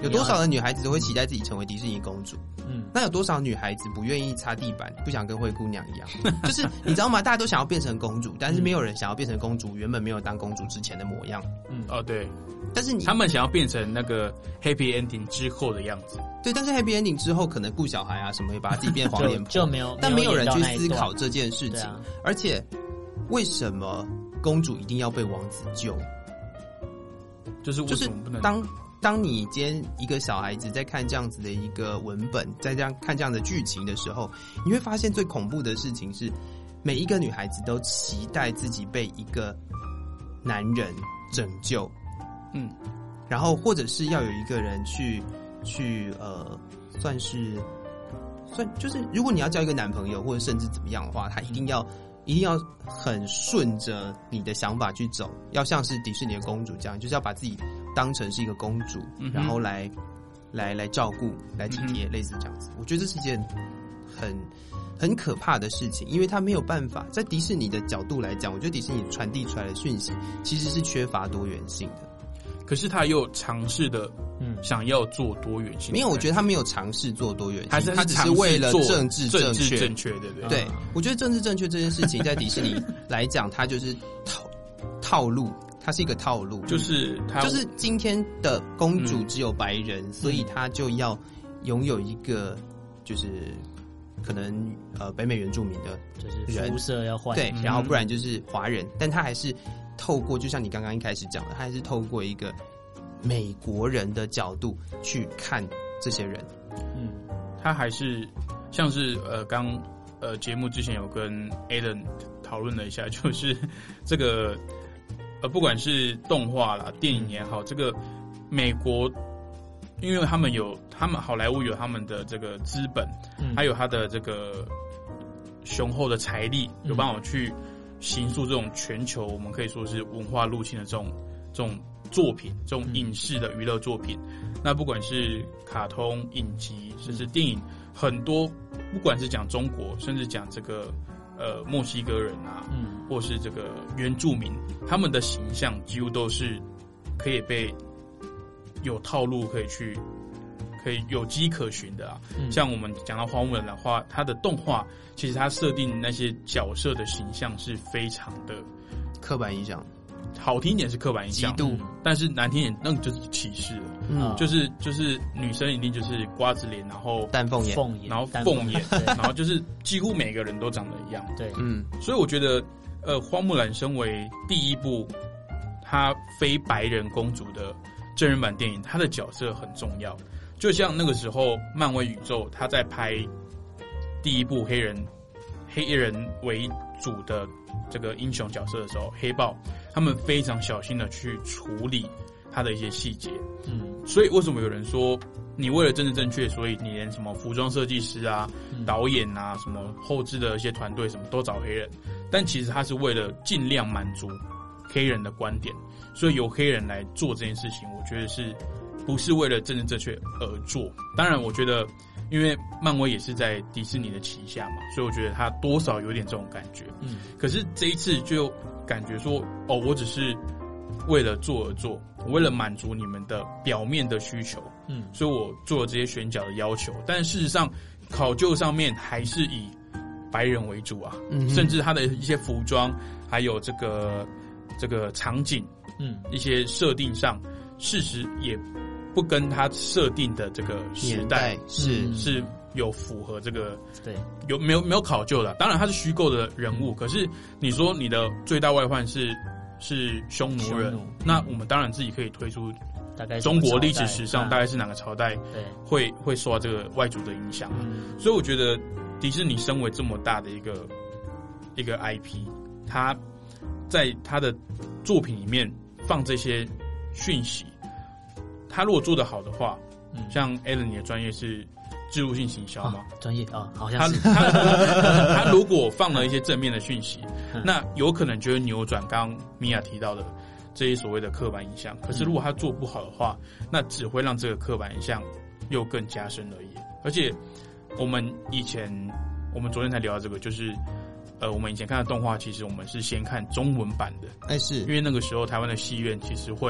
有多少的女孩子都会期待自己成为迪士尼公主？ 嗯， 那有多少女孩子不愿意擦地板，不想跟灰姑娘一样？就是你知道吗？大家都想要变成公主，但是没有人想要变成公主原本没有当公主之前的模样。 嗯，哦对， 但是你他们想要变成那个 happy ending 之后的样子。 对，但是 happy ending 之后可能顾小孩啊什么，也把自己变黄脸婆， 就, 就没有， 但没有人去没有思考这件事情。啊、而且为什么公主一定要被王子救？ 就是为什么不能当当你今天一个小孩子在看这样子的一个文本，在这样看这样的剧情的时候，你会发现最恐怖的事情是，每一个女孩子都期待自己被一个男人拯救，嗯，然后或者是要有一个人去去呃，算是算就是，如果你要交一个男朋友或者甚至怎么样的话，他一定要。一定要很顺着你的想法去走，要像是迪士尼的公主这样，就是要把自己当成是一个公主，嗯、然后来来来照顾、来体贴，嗯、类似这样子。我觉得这是一件很很可怕的事情，因为他没有办法在迪士尼的角度来讲，我觉得迪士尼传递出来的讯息其实是缺乏多元性的。 可是他又尝试的，嗯，想要做多元性。 没有，我觉得他没有尝试做多元性， 还是他只是为了政治正确， 正确，对不对？ 对，我觉得政治正确这件事情在迪士尼来讲，它就是套套路，它是一个套路， 就是他就是今天的公主只有白人，嗯、所以他就要拥有一个就是可能呃北美原住民的就是肤色要换， 对，嗯、然后不然就是华人，但他还是。透过就像你刚刚一开始讲的，他还是透过一个美国人的角度去看这些人。 嗯，他还是像是呃刚呃节目之前有跟 Alan 讨论了一下，就是这个呃不管是动画啦、电影也好，这个美国，因为他们有他们好莱坞有他们的这个资本，嗯、还有他的这个雄厚的财力，有办法去。形塑这种全球我们可以说是文化入侵的这种这种作品，这种影视的娱乐作品，嗯、那不管是卡通、影集，甚至电影，很多不管是讲中国，甚至讲这个呃墨西哥人啊，嗯，或是这个原住民，他们的形象几乎都是可以被有套路可以去。可以有迹可循的啊，嗯、像我们讲到花木兰的话，它的动画其实它设定那些角色的形象是非常的刻板印象， 好听一点是刻板印象， 极度， 但是难听一点那个就是歧视了，嗯，就是就是女生一定就是瓜子脸，然后丹凤眼， 然后凤眼，然后就是几乎每个人都长得一样， 对， 嗯，所以我觉得呃，花木兰身为第一部她非白人公主的真人版电影，她的角色很重要。就像那个时候，漫威宇宙他在拍第一部黑人黑人为主的这个英雄角色的时候，黑豹他们非常小心的去处理他的一些细节。嗯，所以为什么有人说你为了政治正确，所以你连什么服装设计师啊、嗯、导演啊、什么后制的一些团队什么都找黑人，但其实他是为了尽量满足黑人的观点，所以由黑人来做这件事情，我觉得是。不是为了政治正确而做，当然我觉得，因为漫威也是在迪士尼的旗下嘛，所以我觉得他多少有点这种感觉。嗯，可是这一次就感觉说，哦，我只是为了做而做，我为了满足你们的表面的需求，嗯，所以我做了这些选角的要求，但事实上考究上面还是以白人为主啊，嗯，甚至他的一些服装，还有这个这个场景，嗯，一些设定上，事实也。不跟他设定的这个时代是、嗯、是有符合这个对有没有没有考究的？当然他是虚构的人物，可是你说你的最大外患是是匈奴人，那我们当然自己可以推出大概中国历史史上大概是哪个朝代会会受到这个外族的影响、嗯、所以我觉得迪士尼身为这么大的一个一个 I P， 他在他的作品里面放这些讯息。他如果做得好的话，嗯，像 Alan 你的专业是置入性行销嘛？ 专、哦、业啊、哦，好像是。 他他他如果放了一些正面的讯息，嗯、那有可能就会扭转刚刚米娅提到的这些所谓的刻板印象。可是如果他做不好的话，那只会让这个刻板印象又更加深而已。而且我们以前，我们昨天才聊到这个，就是呃，我们以前看的动画，其实我们是先看中文版的， 哎、欸、是， 因为那个时候台湾的戏院其实会，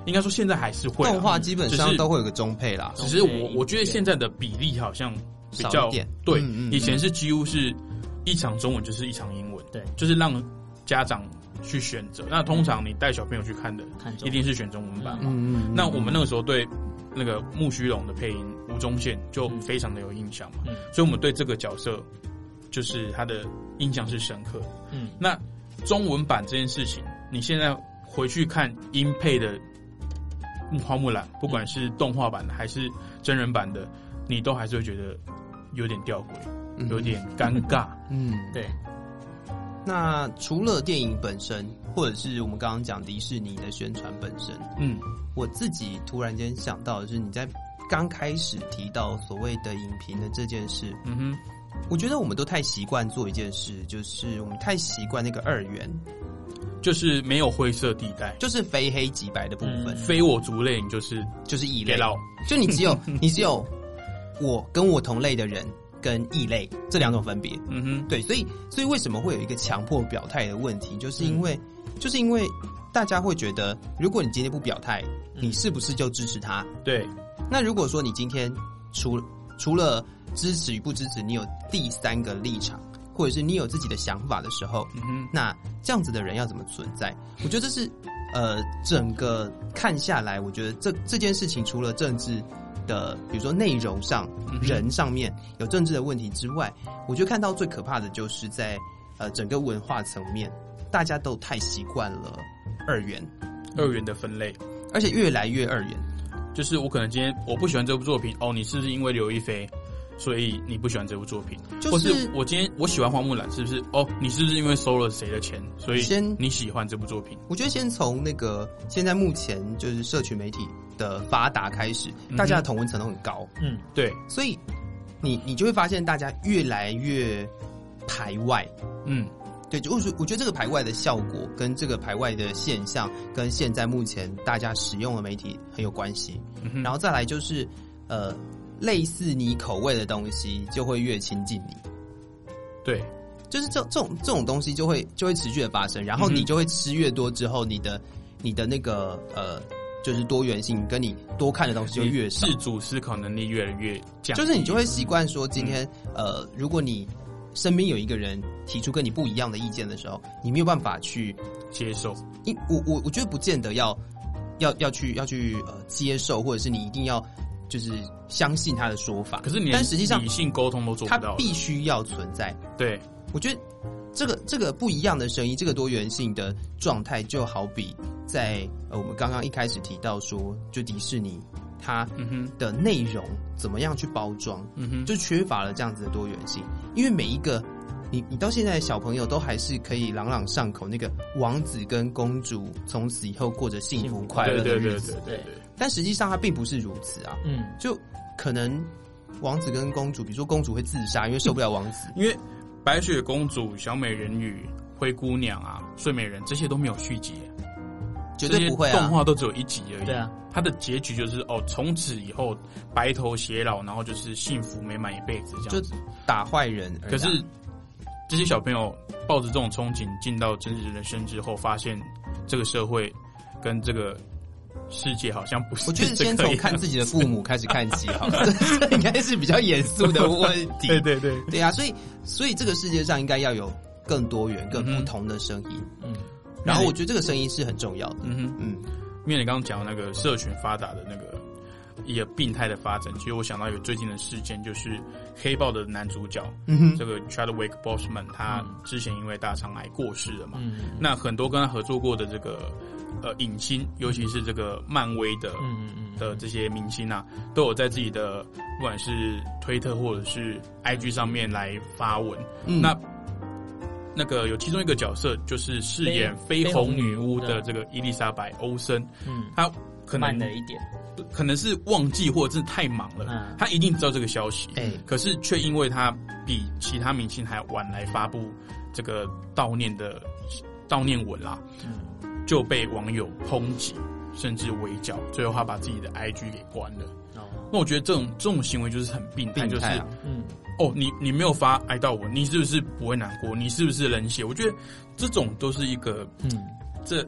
应该说现在还是会动画基本上都会有个中配啦， 只是我我觉得现在的比例好像比较点对、 嗯嗯， 以前是几乎是一场中文就是一场英文， 对， 就是让家长去选择。那通常你带小朋友去看的， 看一定是选中文版嘛。 嗯嗯嗯， 那我们那个时候对那个木须龙的配音吴宗宪就非常的有印象嘛， 嗯， 所以我们对这个角色就是他的印象是深刻的。 嗯， 那中文版这件事情，你现在回去看音配的花木兰，不管是动画版的还是真人版的，你都还是会觉得有点吊诡，有点尴尬。 嗯， 对。 那除了电影本身，或者是我们刚刚讲迪士尼的宣传本身， 嗯， 我自己突然间想到的是，你在刚开始提到所谓的影评的这件事， 嗯哼， 我觉得我们都太习惯做一件事，就是我们太习惯那个二元， 就是没有灰色地带， 就是非黑即白的部分， 嗯、非我族类，你就是就是异类， 就你只有你只有我跟我同类的人。跟异类这两种分别， 嗯哼， 对，所以所以为什么会有一个强迫表态的问题，就是因为、嗯、就是因为大家会觉得，如果你今天不表态，嗯、你是不是就支持他？ 对， 那如果说你今天除除了支持与不支持，你有第三个立场，或者是你有自己的想法的时候， 嗯哼， 那这样子的人要怎么存在？我觉得这是呃整个看下来，我觉得这这件事情除了政治的，比如说内容上、人上面有政治的问题之外，我觉得看到最可怕的就是在呃整个文化层面，大家都太习惯了二元， 二元的分类， 而且越来越二元。 就是我可能今天我不喜欢这部作品，哦，你是不是因为刘亦菲，所以你不喜欢这部作品？ 就是、 或是我今天我喜欢花木兰，是不是？哦，你是不是因为收了谁的钱，所以你喜欢这部作品？ 我觉得先从那个现在目前就是社群媒体的发达开始，大家的同温层都很高， 嗯，对， 所以你你就会发现大家越来越排外， 嗯， 对，就我我觉得这个排外的效果跟这个排外的现象跟现在目前大家使用的媒体很有关系，嗯、然后再来就是呃类似你口味的东西就会越亲近你， 对， 就是这这种这种东西就会就会持续的发生，然后你就会吃越多之后，你的你的那个呃。就是多元性跟你多看的东西就越少， 自主思考能力越来越降低， 就是你就会习惯说今天、嗯、呃，如果你身边有一个人提出跟你不一样的意见的时候，你没有办法去接受。 因我我我觉得不见得要要要去要去呃接受，或者是你一定要就是相信他的说法。 可是你但实际上理性沟通都做不到， 他必须要存在。 对， 我觉得这个这个不一样的声音，这个多元性的状态，就好比在呃我们刚刚一开始提到说，就迪士尼它的内容怎么样去包装，嗯哼，就缺乏了这样子的多元性。因为每一个你你到现在的小朋友都还是可以朗朗上口，那个王子跟公主从此以后过着幸福快乐的日子， 对对对对对对。 但实际上它并不是如此啊，嗯，就可能王子跟公主，比如说公主会自杀，因为受不了王子， 因为白雪公主、小美人鱼、灰姑娘啊、睡美人这些都没有续集， 绝对不会啊， 动画都只有一集而已。 对啊， 它的结局就是哦，从此以后白头偕老，然后就是幸福美满一辈子这样子， 就打坏人。 可是这些小朋友抱着这种憧憬进到真实人生之后，发现这个社会跟这个世界好像不是。 我觉得先从看自己的父母开始看起好了，这应该是比较严肃的问题。 对对对， 对啊，所以所以这个世界上应该要有更多元、更不同的声音。嗯，然后我觉得这个声音是很重要的。嗯哼，嗯， 因为你刚刚讲那个社群发达的那个一个病态的发展，其实我想到有最近的事件，就是黑豹的男主角，嗯哼，这个 Chadwick Boseman， 他之前因为大肠癌过世了嘛。嗯，那很多跟他合作过的这个呃影星，尤其是这个漫威的嗯嗯的这些明星啊，都有在自己的不管是推特或者是 I G 上面来发文。嗯，那那个有其中一个角色就是饰演绯红女巫的这个伊丽莎白·欧森，嗯，她可能慢了一点， 可能是忘记或者是太忙了，嗯，她一定知道这个消息，哎，可是却因为她比其他明星还晚来发布这个悼念的悼念文啦，嗯，就被网友抨击，甚至围剿，最后她把自己的 I G 给关了。哦，那我觉得这种这种行为就是很病态，就是嗯。哦，你你没有发哀悼文，你是不是不会难过？你是不是冷血？我觉得这种都是一个，嗯，这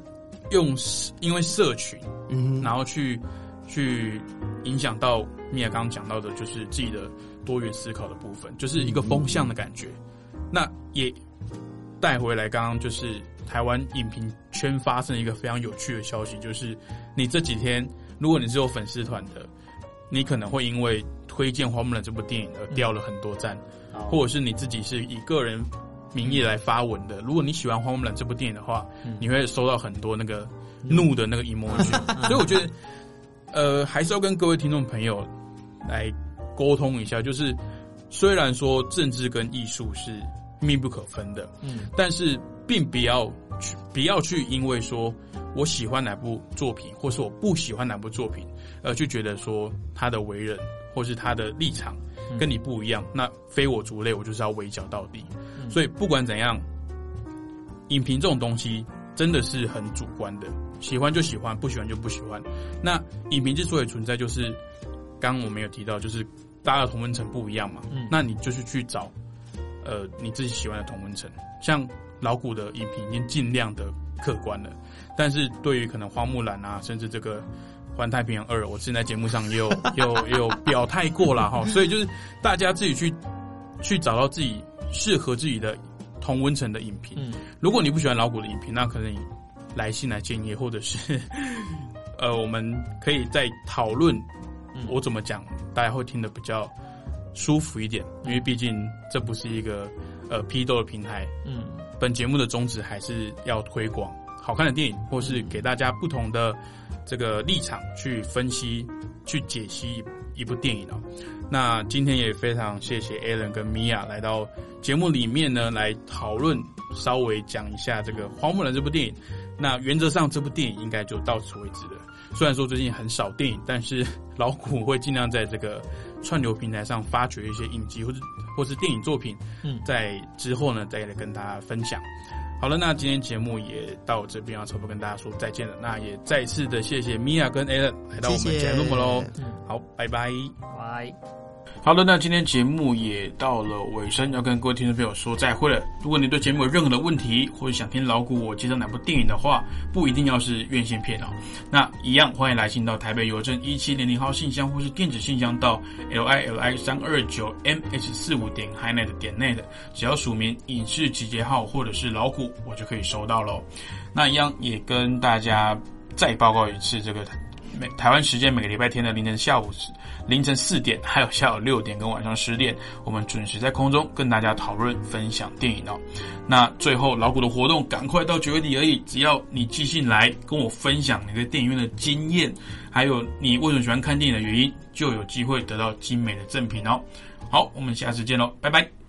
用因为社群， 嗯， 然后去去影响到米娅刚刚讲到的，就是自己的多元思考的部分，就是一个风向的感觉。那也带回来刚刚就是台湾影评圈发生一个非常有趣的消息，就是你这几天如果你是有粉丝团的，你可能会因为推荐《花木兰》这部电影而掉了很多赞，嗯、或者是你自己是以个人名义来发文的。如果你喜欢《花木兰》这部电影的话，嗯、你会收到很多那个怒的那个 emoji，嗯、所以我觉得，呃，还是要跟各位听众朋友来沟通一下，就是虽然说政治跟艺术是密不可分的，嗯，但是并不要去不要去因为说我喜欢哪部作品，或是我不喜欢哪部作品，而去觉得说他的为人或是他的立场跟你不一样，嗯、那非我族类，我就是要围剿到底。嗯、所以不管怎样，影评这种东西真的是很主观的，喜欢就喜欢，不喜欢就不喜欢。那影评之所以存在，就是刚刚我们有提到，就是大家的同温层不一样嘛，嗯、那你就是去找呃你自己喜欢的同温层。像老谷的影评已经尽量的客观了，但是对于可能花木兰啊，甚至这个环太平洋二，我之前在节目上也有也有也有表态过啦齁，所以就是大家自己去去找到自己适合自己的同温层的影评。嗯、如果你不喜欢老谷的影评，那可能你来信来建议，或者是呃我们可以再讨论我怎么讲，大家会听得比较舒服一点，因为毕竟这不是一个呃批斗的平台。嗯，本节目的宗旨还是要推广好看的电影，或是给大家不同的这个立场去分析、去解析一部电影哦。那今天也非常谢谢 Alan 跟 Mia 来到节目里面呢，来讨论，稍微讲一下这个《花木兰》这部电影。那原则上这部电影应该就到此为止了。虽然说最近很少电影，但是老谷会尽量在这个串流平台上发掘一些影集或者或是电影作品，嗯，在之后呢再来跟大家分享。好了，那今天节目也到这边要差不多跟大家说再见了。那也再次的谢谢 Mia 跟 Alan 来到我们节目喽。好，拜拜， 拜。 好的，那今天节目也到了尾声，要跟各位听众朋友说再会了。如果你对节目有任何的问题，或者想听老谷我介绍哪部电影的话，不一定要是院线片哦。那一样欢迎来信到台北邮政一七零零号信箱，或是电子信箱到 l i l i 三二九 m h 四五 点 hinet 点 net， 只要署名影视集结号或者是老谷，我就可以收到咯。那一样也跟大家再报告一次，这个每台湾时间每个礼拜天的凌晨下午凌晨四点，还有下午六点跟晚上十点，我们准时在空中跟大家讨论分享电影哦。那最后老谷的活动赶快到九月底而已，只要你寄信来跟我分享你在电影院的经验，还有你为什么喜欢看电影的原因，就有机会得到精美的赠品哦。好，我们下次见咯，拜拜。